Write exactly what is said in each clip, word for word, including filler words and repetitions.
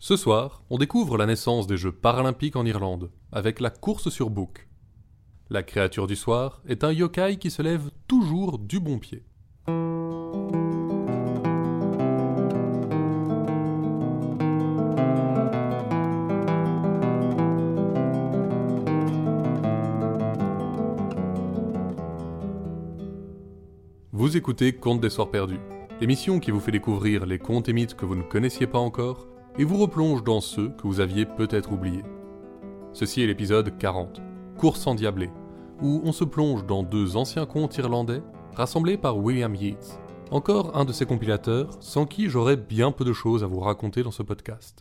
Ce soir, on découvre la naissance des Jeux paralympiques en Irlande, avec la course sur bouc. La créature du soir est un yokai qui se lève toujours du bon pied. Vous écoutez Contes des Soirs Perdus, l'émission qui vous fait découvrir les contes et mythes que vous ne connaissiez pas encore et vous replonge dans ceux que vous aviez peut-être oubliés. Ceci est l'épisode quarante, Course endiablée, où on se plonge dans deux anciens contes irlandais rassemblés par William Yeats, encore un de ses compilateurs sans qui j'aurais bien peu de choses à vous raconter dans ce podcast.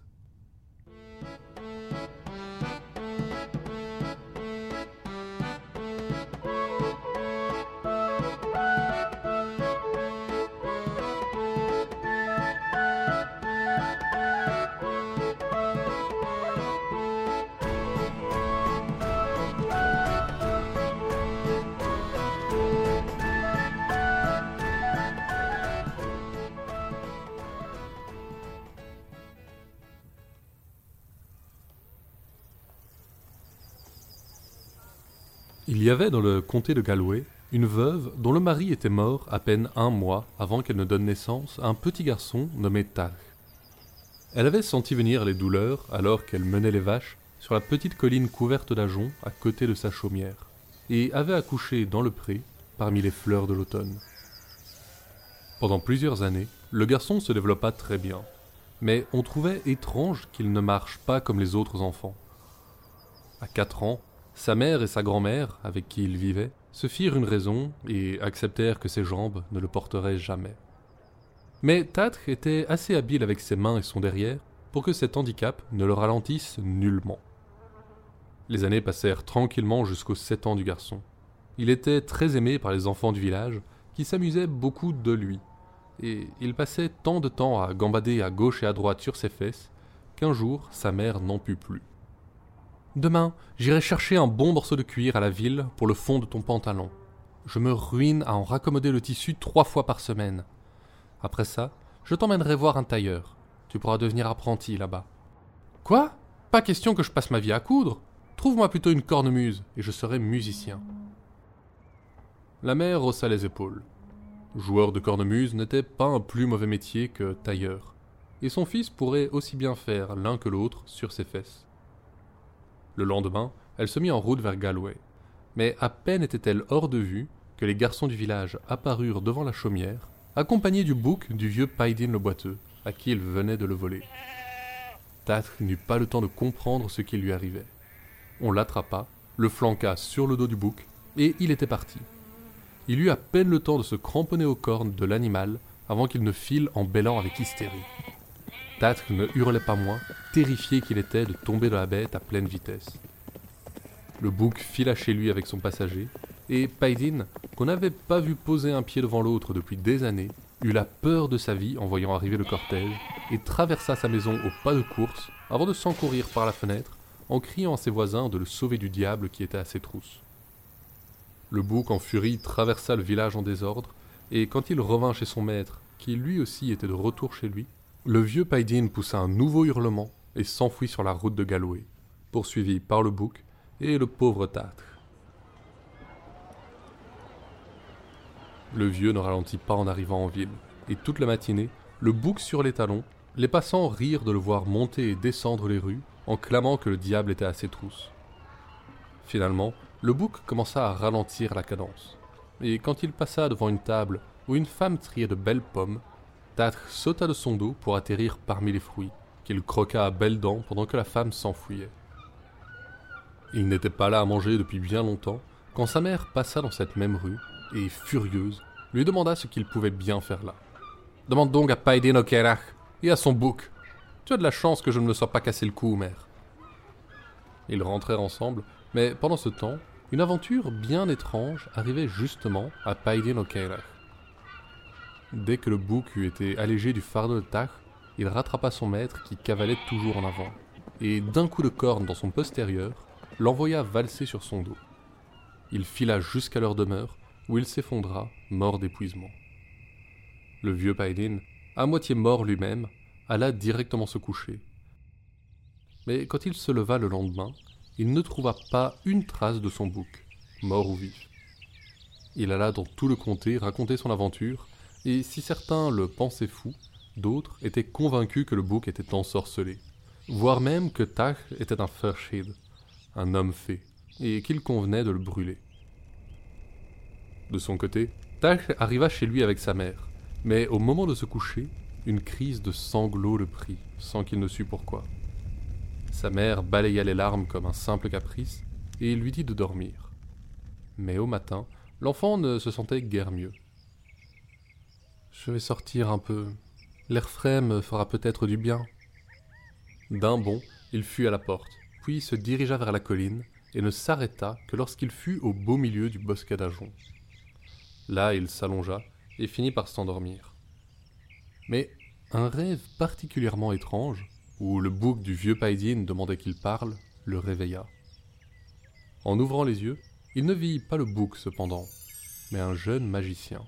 Il y avait dans le comté de Galway une veuve dont le mari était mort à peine un mois avant qu'elle ne donne naissance à un petit garçon nommé Tadhg. Elle avait senti venir les douleurs alors qu'elle menait les vaches sur la petite colline couverte d'ajoncs à côté de sa chaumière, et avait accouché dans le pré parmi les fleurs de l'automne. Pendant plusieurs années, le garçon se développa très bien, mais on trouvait étrange qu'il ne marche pas comme les autres enfants. À quatre ans, sa mère et sa grand-mère, avec qui il vivait, se firent une raison et acceptèrent que ses jambes ne le porteraient jamais. Mais Tadhg était assez habile avec ses mains et son derrière pour que cet handicap ne le ralentisse nullement. Les années passèrent tranquillement jusqu'aux sept ans du garçon. Il était très aimé par les enfants du village qui s'amusaient beaucoup de lui, et il passait tant de temps à gambader à gauche et à droite sur ses fesses qu'un jour sa mère n'en put plus. Demain, j'irai chercher un bon morceau de cuir à la ville pour le fond de ton pantalon. Je me ruine à en raccommoder le tissu trois fois par semaine. Après ça, je t'emmènerai voir un tailleur. Tu pourras devenir apprenti là-bas. Quoi ? Pas question que je passe ma vie à coudre. Trouve-moi plutôt une cornemuse et je serai musicien. La mère haussa les épaules. Joueur de cornemuse n'était pas un plus mauvais métier que tailleur, et son fils pourrait aussi bien faire l'un que l'autre sur ses fesses. Le lendemain, elle se mit en route vers Galway. Mais à peine était-elle hors de vue que les garçons du village apparurent devant la chaumière, accompagnés du bouc du vieux Paidin le boiteux, à qui il venait de le voler. Tadhg n'eut pas le temps de comprendre ce qui lui arrivait. On l'attrapa, le flanqua sur le dos du bouc, et il était parti. Il eut à peine le temps de se cramponner aux cornes de l'animal avant qu'il ne file en bêlant avec hystérie. Tadhg ne hurlait pas moins, terrifié qu'il était de tomber de la bête à pleine vitesse. Le bouc fila chez lui avec son passager, et Paidin, qu'on n'avait pas vu poser un pied devant l'autre depuis des années, eut la peur de sa vie en voyant arriver le cortège, et traversa sa maison au pas de course, avant de s'encourir par la fenêtre, en criant à ses voisins de le sauver du diable qui était à ses trousses. Le bouc en furie traversa le village en désordre, et quand il revint chez son maître, qui lui aussi était de retour chez lui, le vieux Paidin poussa un nouveau hurlement et s'enfuit sur la route de Galway, poursuivi par le bouc et le pauvre Tadhg. Le vieux ne ralentit pas en arrivant en ville, et toute la matinée, le bouc sur les talons, les passants rirent de le voir monter et descendre les rues en clamant que le diable était à ses trousses. Finalement, le bouc commença à ralentir la cadence, et quand il passa devant une table où une femme triait de belles pommes, Tadhg sauta de son dos pour atterrir parmi les fruits, qu'il croqua à belles dents pendant que la femme s'enfuyait. Il n'était pas là à manger depuis bien longtemps, quand sa mère passa dans cette même rue, et furieuse, lui demanda ce qu'il pouvait bien faire là. « Demande donc à Paidin O'Kerach et à son bouc. Tu as de la chance que je ne me sois pas cassé le cou, mère. » Ils rentrèrent ensemble, mais pendant ce temps, une aventure bien étrange arrivait justement à Paidin O'Kerach. Dès que le bouc eut été allégé du fardeau de Tadhg, il rattrapa son maître qui cavalait toujours en avant, et d'un coup de corne dans son postérieur, l'envoya valser sur son dos. Il fila jusqu'à leur demeure, où il s'effondra, mort d'épuisement. Le vieux Paidin, à moitié mort lui-même, alla directement se coucher, Mais quand il se leva le lendemain, il ne trouva pas une trace de son bouc, mort ou vif. Il alla dans tout le comté raconter son aventure, et si certains le pensaient fou, d'autres étaient convaincus que le bouc était ensorcelé, voire même que Tach était un Fershid, un homme fée, et qu'il convenait de le brûler. De son côté, Tach arriva chez lui avec sa mère, mais au moment de se coucher, une crise de sanglots le prit, sans qu'il ne sût pourquoi. Sa mère balaya les larmes comme un simple caprice, et lui dit de dormir. Mais au matin, l'enfant ne se sentait guère mieux. « Je vais sortir un peu. L'air frais me fera peut-être du bien. » D'un bond, il fut à la porte, puis se dirigea vers la colline, et ne s'arrêta que lorsqu'il fut au beau milieu du bosquet d'ajoncs. Là, il s'allongea, et finit par s'endormir. Mais un rêve particulièrement étrange, où le bouc du vieux Païdine demandait qu'il parle, le réveilla. En ouvrant les yeux, il ne vit pas le bouc cependant, mais un jeune magicien.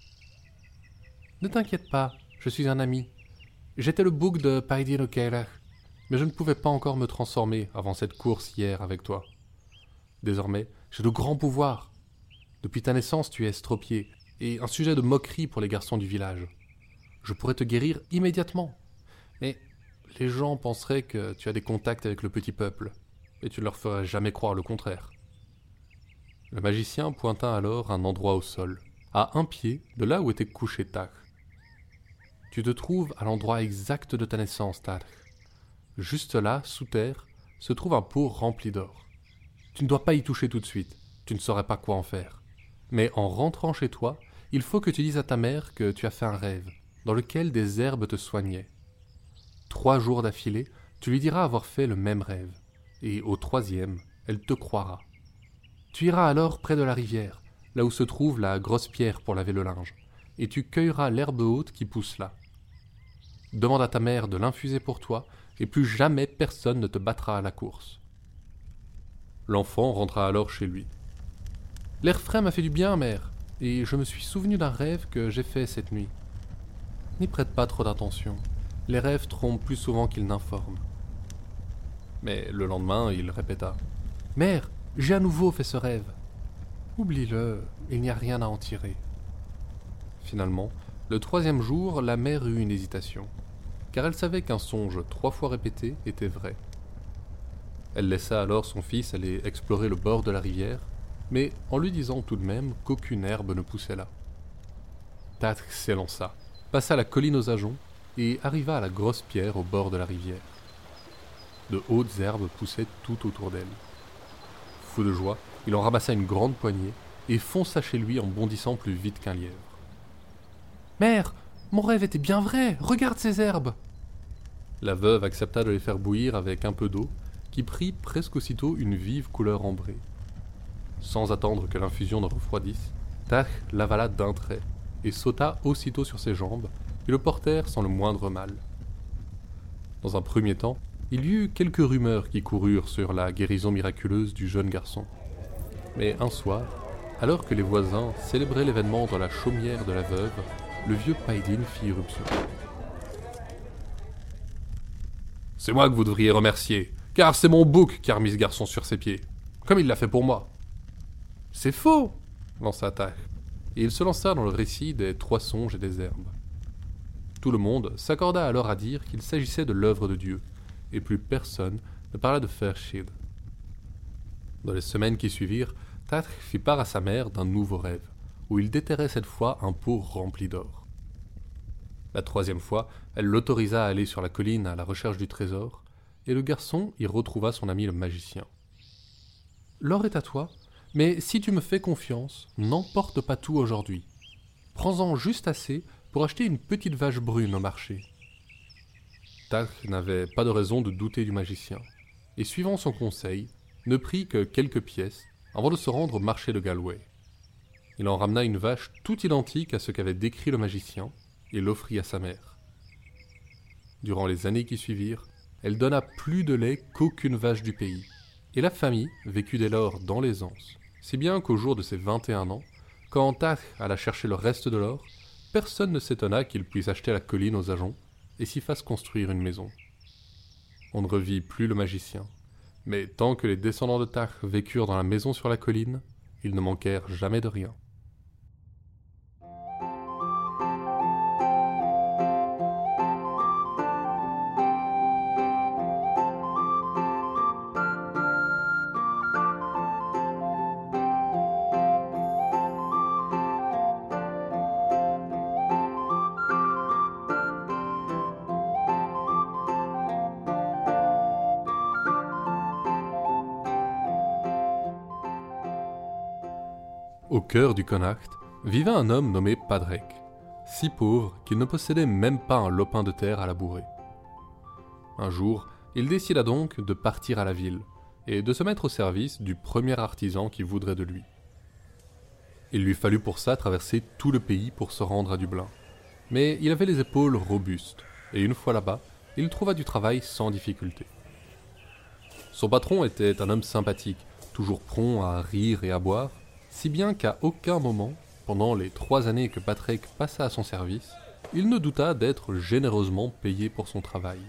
« Ne t'inquiète pas, je suis un ami. J'étais le bouc de Païdine O'Kelech, mais je ne pouvais pas encore me transformer avant cette course hier avec toi. Désormais, j'ai de grands pouvoirs. Depuis ta naissance, tu es estropié, et un sujet de moquerie pour les garçons du village. Je pourrais te guérir immédiatement, mais les gens penseraient que tu as des contacts avec le petit peuple, et tu ne leur ferais jamais croire le contraire. » Le magicien pointa alors un endroit au sol, à un pied de là où était couché Tach. « Tu te trouves à l'endroit exact de ta naissance, Tach. Juste là, sous terre, se trouve un pot rempli d'or. Tu ne dois pas y toucher tout de suite, tu ne saurais pas quoi en faire. Mais en rentrant chez toi, il faut que tu dises à ta mère que tu as fait un rêve, dans lequel des herbes te soignaient. Trois jours d'affilée, tu lui diras avoir fait le même rêve, et au troisième, elle te croira. Tu iras alors près de la rivière, là où se trouve la grosse pierre pour laver le linge, et tu cueilleras l'herbe haute qui pousse là. Demande à ta mère de l'infuser pour toi, et plus jamais personne ne te battra à la course. » L'enfant rentra alors chez lui. « L'air frais m'a fait du bien, mère, et je me suis souvenu d'un rêve que j'ai fait cette nuit. N'y prête pas trop d'attention, les rêves trompent plus souvent qu'ils n'informent. » Mais le lendemain, il répéta. « Mère, j'ai à nouveau fait ce rêve. Oublie-le, il n'y a rien à en tirer. » Finalement, le troisième jour, la mère eut une hésitation, car elle savait qu'un songe trois fois répété était vrai. Elle laissa alors son fils aller explorer le bord de la rivière, mais en lui disant tout de même qu'aucune herbe ne poussait là. Tach s'élança, passa la colline aux ajoncs et arriva à la grosse pierre au bord de la rivière. De hautes herbes poussaient tout autour d'elle. Fou de joie, il en ramassa une grande poignée et fonça chez lui en bondissant plus vite qu'un lièvre. « Mère, mon rêve était bien vrai, regarde ces herbes !» La veuve accepta de les faire bouillir avec un peu d'eau, qui prit presque aussitôt une vive couleur ambrée. Sans attendre que l'infusion ne refroidisse, Tach l'avala d'un trait, et sauta aussitôt sur ses jambes, et le portèrent sans le moindre mal. Dans un premier temps, il y eut quelques rumeurs qui coururent sur la guérison miraculeuse du jeune garçon. Mais un soir, alors que les voisins célébraient l'événement dans la chaumière de la veuve, le vieux Païdine fit irruption. « C'est moi que vous devriez remercier, car c'est mon bouc qui a remis ce garçon sur ses pieds, comme il l'a fait pour moi. »« C'est faux !» lança Tach, et il se lança dans le récit des trois songes et des herbes. Tout le monde s'accorda alors à dire qu'il s'agissait de l'œuvre de Dieu, et plus personne ne parla de Fershid. Dans les semaines qui suivirent, Tach fit part à sa mère d'un nouveau rêve, où il déterrait cette fois un pot rempli d'or. La troisième fois, elle l'autorisa à aller sur la colline à la recherche du trésor, et le garçon y retrouva son ami le magicien. « L'or est à toi, mais si tu me fais confiance, n'emporte pas tout aujourd'hui. Prends-en juste assez pour acheter une petite vache brune au marché. » Tach n'avait pas de raison de douter du magicien, et suivant son conseil, ne prit que quelques pièces avant de se rendre au marché de Galway. Il en ramena une vache tout identique à ce qu'avait décrit le magicien, et l'offrit à sa mère. Durant les années qui suivirent, elle donna plus de lait qu'aucune vache du pays, et la famille vécut dès lors dans l'aisance, si bien qu'au jour de ses vingt et un ans, quand Tach alla chercher le reste de l'or, personne ne s'étonna qu'il puisse acheter la colline aux ajoncs et s'y fasse construire une maison. on ne revit plus le magicien. Mais tant que les descendants de Tach vécurent dans la maison sur la colline, ils ne manquèrent jamais de rien. Au cœur du Connacht vivait un homme nommé Padraig, si pauvre qu'il ne possédait même pas un lopin de terre à labourer. Un jour, il décida donc de partir à la ville et de se mettre au service du premier artisan qui voudrait de lui. Il lui fallut pour ça traverser tout le pays pour se rendre à Dublin. Mais il avait les épaules robustes, et une fois là-bas, il trouva du travail sans difficulté. Son patron était un homme sympathique, toujours prompt à rire et à boire, si bien qu'à aucun moment, pendant les trois années que Padraig passa à son service, il ne douta d'être généreusement payé pour son travail.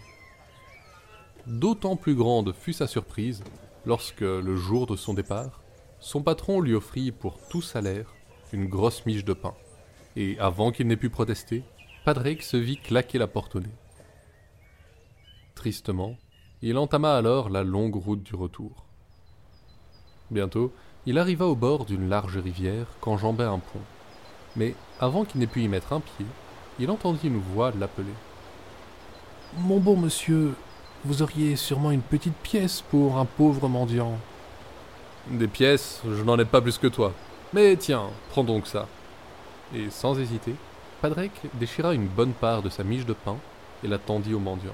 D'autant plus grande fut sa surprise lorsque, le jour de son départ, son patron lui offrit pour tout salaire une grosse miche de pain, et avant qu'il n'ait pu protester, Padraig se vit claquer la porte au nez. Tristement, il entama alors la longue route du retour. Bientôt, il arriva au bord d'une large rivière qu'enjambait un pont. Mais avant qu'il n'ait pu y mettre un pied, il entendit une voix l'appeler. « Mon bon monsieur, vous auriez sûrement une petite pièce pour un pauvre mendiant. »« Des pièces, je n'en ai pas plus que toi. Mais tiens, prends donc ça. » Et sans hésiter, Padraig déchira une bonne part de sa miche de pain et la tendit au mendiant.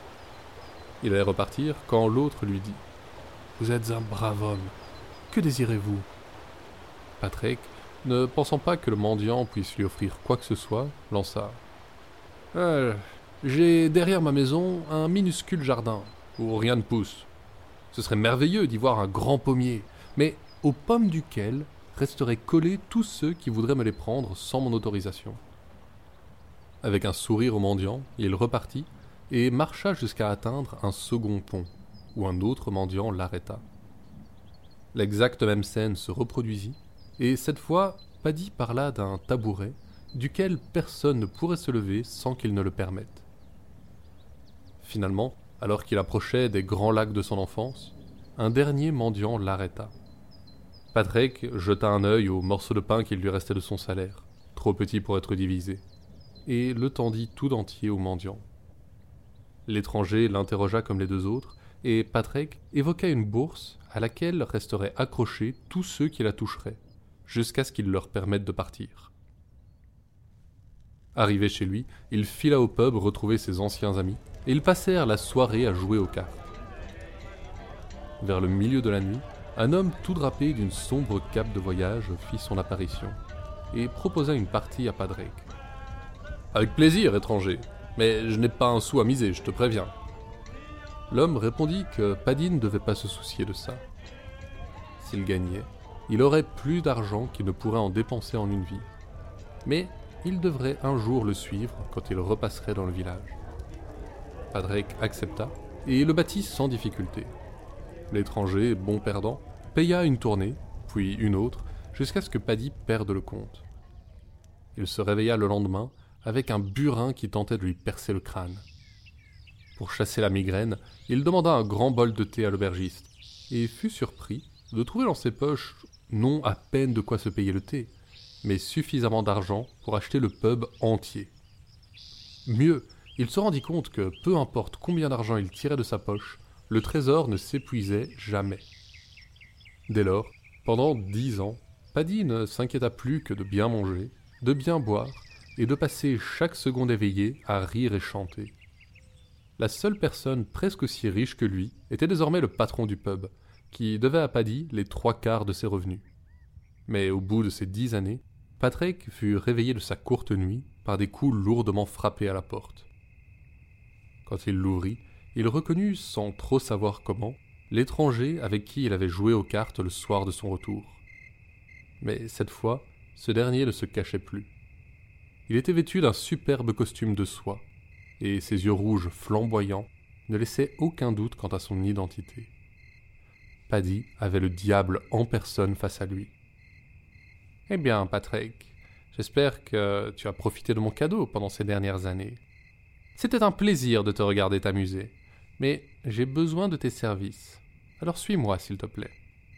Il allait repartir quand l'autre lui dit « Vous êtes un brave homme. Que désirez-vous » Padraig, ne pensant pas que le mendiant puisse lui offrir quoi que ce soit, lança euh, « J'ai derrière ma maison un minuscule jardin, où rien ne pousse. Ce serait merveilleux d'y voir un grand pommier, mais aux pommes duquel resteraient collés tous ceux qui voudraient me les prendre sans mon autorisation. » Avec un sourire au mendiant, il repartit et marcha jusqu'à atteindre un second pont, où un autre mendiant l'arrêta. L'exacte même scène se reproduisit, et cette fois, Paddy parla d'un tabouret duquel personne ne pourrait se lever sans qu'il ne le permette. Finalement, alors qu'il approchait des grands lacs de son enfance, un dernier mendiant l'arrêta. Padraig jeta un œil au morceau de pain qu'il lui restait de son salaire, trop petit pour être divisé, et le tendit tout entier au mendiant. L'étranger l'interrogea comme les deux autres, et Padraig évoqua une bourse à laquelle resteraient accrochés tous ceux qui la toucheraient, jusqu'à ce qu'il leur permette de partir. Arrivé chez lui, il fila au pub retrouver ses anciens amis, et ils passèrent la soirée à jouer aux cartes. Vers le milieu de la nuit, un homme tout drapé d'une sombre cape de voyage fit son apparition, et proposa une partie à Padraig. « Avec plaisir, étranger, mais je n'ai pas un sou à miser, je te préviens. » L'homme répondit que Paddy ne devait pas se soucier de ça. S'il gagnait, il aurait plus d'argent qu'il ne pourrait en dépenser en une vie. Mais il devrait un jour le suivre quand il repasserait dans le village. Padraig accepta et le battit sans difficulté. L'étranger, bon perdant, paya une tournée, puis une autre, jusqu'à ce que Paddy perde le compte. Il se réveilla le lendemain avec un burin qui tentait de lui percer le crâne. Pour chasser la migraine, il demanda un grand bol de thé à l'aubergiste, et fut surpris de trouver dans ses poches non à peine de quoi se payer le thé, mais suffisamment d'argent pour acheter le pub entier. Mieux, il se rendit compte que peu importe combien d'argent il tirait de sa poche, le trésor ne s'épuisait jamais. Dès lors, pendant dix ans, Paddy ne s'inquiéta plus que de bien manger, de bien boire, et de passer chaque seconde éveillé à rire et chanter. La seule personne presque aussi riche que lui était désormais le patron du pub, qui devait à Paddy les trois quarts de ses revenus. Mais au bout de ces dix années, Padraig fut réveillé de sa courte nuit par des coups lourdement frappés à la porte. Quand il l'ouvrit, il reconnut, sans trop savoir comment, l'étranger avec qui il avait joué aux cartes le soir de son retour. Mais cette fois, ce dernier ne se cachait plus. Il était vêtu d'un superbe costume de soie, et ses yeux rouges flamboyants ne laissait aucun doute quant à son identité. Paddy avait le diable en personne face à lui. « Eh bien, Patrick, j'espère que tu as profité de mon cadeau pendant ces dernières années. C'était un plaisir de te regarder t'amuser, mais j'ai besoin de tes services. Alors suis-moi, s'il te plaît. »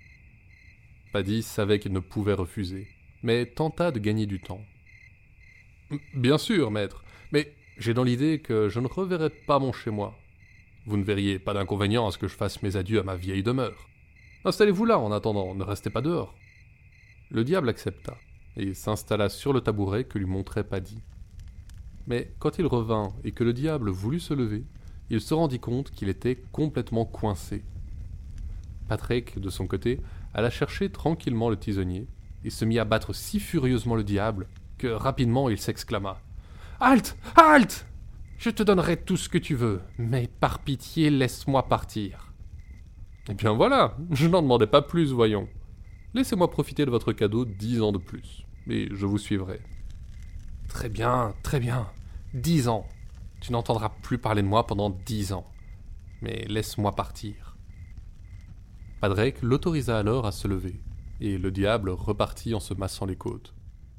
Paddy savait qu'il ne pouvait refuser, mais tenta de gagner du temps. « Bien sûr, maître, mais j'ai dans l'idée que je ne reverrai pas mon chez-moi. Vous ne verriez pas d'inconvénient à ce que je fasse mes adieux à ma vieille demeure. Installez-vous là en attendant, ne restez pas dehors. » Le diable accepta, et s'installa sur le tabouret que lui montrait Paddy. Mais quand il revint et que le diable voulut se lever, il se rendit compte qu'il était complètement coincé. Patrick, de son côté, alla chercher tranquillement le tisonnier, et se mit à battre si furieusement le diable, que rapidement il s'exclama « Halte! Halte! Je te donnerai tout ce que tu veux, mais par pitié laisse-moi partir. » « Eh bien voilà, je n'en demandais pas plus, voyons. Laissez-moi profiter de votre cadeau dix ans de plus, et je vous suivrai. »« Très bien, très bien. Dix ans. Tu n'entendras plus parler de moi pendant dix ans. Mais laisse-moi partir. » Padraig l'autorisa alors à se lever, et le diable repartit en se massant les côtes.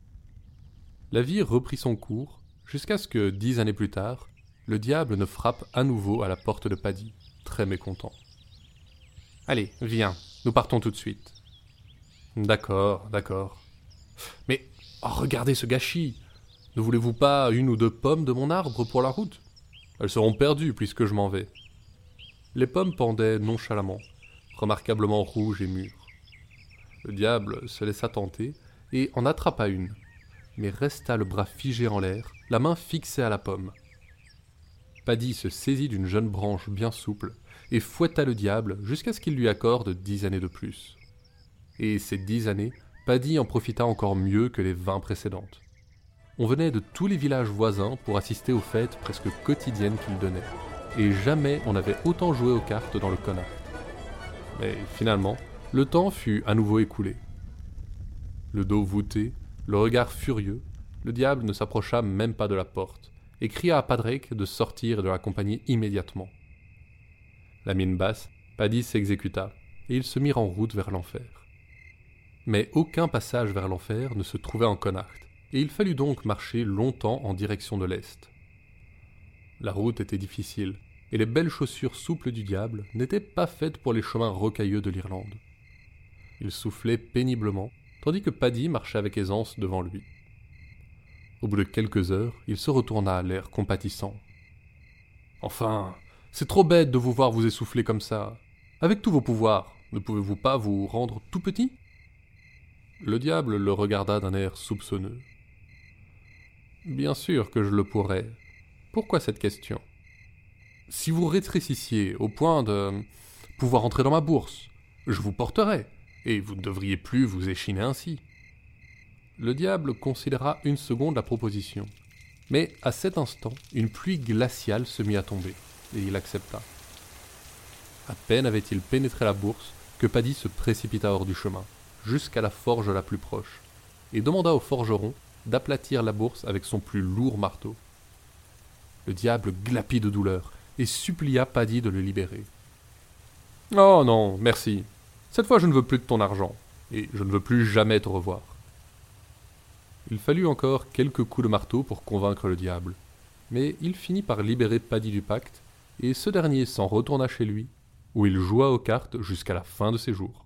La vie reprit son cours, jusqu'à ce que, dix années plus tard, le diable ne frappe à nouveau à la porte de Paddy, très mécontent. « Allez, viens, nous partons tout de suite. »« D'accord, d'accord. Mais oh, regardez ce gâchis. Ne voulez-vous pas une ou deux pommes de mon arbre pour la route ? Elles seront perdues puisque je m'en vais. » Les pommes pendaient nonchalamment, remarquablement rouges et mûres. Le diable se laissa tenter et en attrapa une, mais resta le bras figé en l'air, la main fixée à la pomme. Paddy se saisit d'une jeune branche bien souple et fouetta le diable jusqu'à ce qu'il lui accorde dix années de plus. Et ces dix années, Paddy en profita encore mieux que les vingt précédentes. On venait de tous les villages voisins pour assister aux fêtes presque quotidiennes qu'il donnait, et jamais on n'avait autant joué aux cartes dans le Connacht. Mais finalement, le temps fut à nouveau écoulé. Le dos voûté, le regard furieux, le diable ne s'approcha même pas de la porte, et cria à Padraig de sortir et de l'accompagner immédiatement. La mine basse, Paddy s'exécuta, et ils se mirent en route vers l'enfer. Mais aucun passage vers l'enfer ne se trouvait en Connacht, et il fallut donc marcher longtemps en direction de l'est. La route était difficile, et les belles chaussures souples du diable n'étaient pas faites pour les chemins rocailleux de l'Irlande. Il soufflait péniblement, tandis que Paddy marchait avec aisance devant lui. Au bout de quelques heures, il se retourna, l'air compatissant. « Enfin, c'est trop bête de vous voir vous essouffler comme ça. Avec tous vos pouvoirs, ne pouvez-vous pas vous rendre tout petit ?» Le diable le regarda d'un air soupçonneux. « Bien sûr que je le pourrais. Pourquoi cette question ? Si vous rétrécissiez au point de pouvoir entrer dans ma bourse, je vous porterais, et vous ne devriez plus vous échiner ainsi. » Le diable considéra une seconde la proposition, mais à cet instant, une pluie glaciale se mit à tomber, et il accepta. À peine avait-il pénétré la bourse que Paddy se précipita hors du chemin, jusqu'à la forge la plus proche, et demanda au forgeron d'aplatir la bourse avec son plus lourd marteau. Le diable glapit de douleur, et supplia Paddy de le libérer. « Oh non, merci. Cette fois je ne veux plus de ton argent, et je ne veux plus jamais te revoir. » Il fallut encore quelques coups de marteau pour convaincre le diable, mais il finit par libérer Paddy du pacte, et ce dernier s'en retourna chez lui, où il joua aux cartes jusqu'à la fin de ses jours.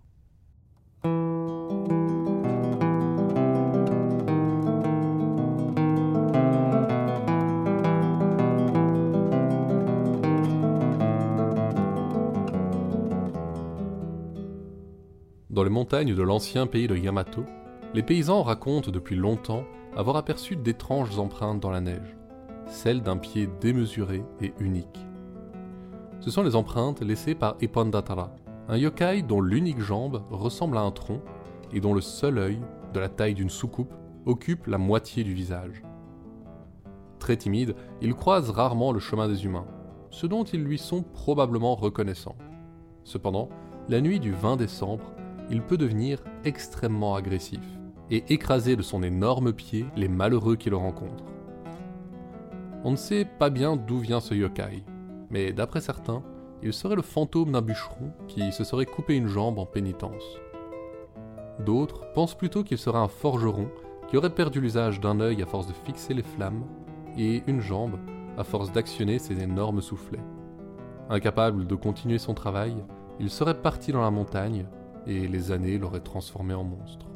Dans les montagnes de l'ancien pays de Yamato, les paysans racontent depuis longtemps avoir aperçu d'étranges empreintes dans la neige, celles d'un pied démesuré et unique. Ce sont les empreintes laissées par Epandatara, un yokai dont l'unique jambe ressemble à un tronc et dont le seul œil, de la taille d'une soucoupe, occupe la moitié du visage. Très timide, il croise rarement le chemin des humains, ce dont ils lui sont probablement reconnaissants. Cependant, la nuit du vingt décembre, il peut devenir extrêmement agressif et écraser de son énorme pied les malheureux qui le rencontrent. On ne sait pas bien d'où vient ce yokai, mais d'après certains, il serait le fantôme d'un bûcheron qui se serait coupé une jambe en pénitence. D'autres pensent plutôt qu'il serait un forgeron qui aurait perdu l'usage d'un œil à force de fixer les flammes et une jambe à force d'actionner ses énormes soufflets. Incapable de continuer son travail, il serait parti dans la montagne et les années l'auraient transformé en monstre.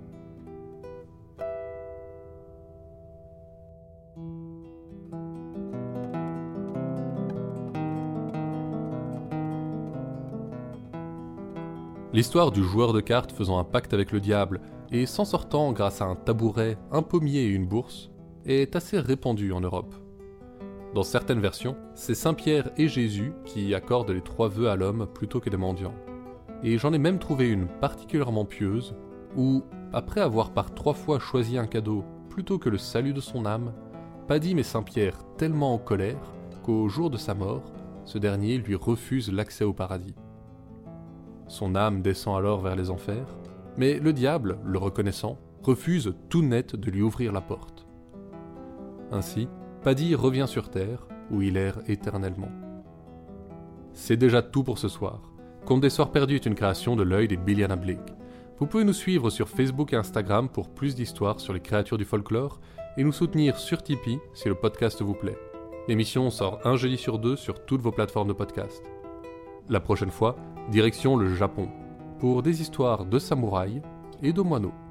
L'histoire du joueur de cartes faisant un pacte avec le diable et s'en sortant grâce à un tabouret, un pommier et une bourse est assez répandue en Europe. Dans certaines versions, c'est Saint Pierre et Jésus qui accordent les trois vœux à l'homme plutôt que des mendiants. Et j'en ai même trouvé une particulièrement pieuse où, après avoir par trois fois choisi un cadeau plutôt que le salut de son âme, Paddy met Saint Pierre tellement en colère qu'au jour de sa mort, ce dernier lui refuse l'accès au paradis. Son âme descend alors vers les enfers, mais le diable, le reconnaissant, refuse tout net de lui ouvrir la porte. Ainsi, Paddy revient sur Terre, où il erre éternellement. C'est déjà tout pour ce soir. Conte des Soirs Perdus est une création de l'œil des Biliana Blake. Vous pouvez nous suivre sur Facebook et Instagram pour plus d'histoires sur les créatures du folklore et nous soutenir sur Tipeee si le podcast vous plaît. L'émission sort un jeudi sur deux sur toutes vos plateformes de podcast. La prochaine fois, direction le Japon, pour des histoires de samouraïs et de moineaux.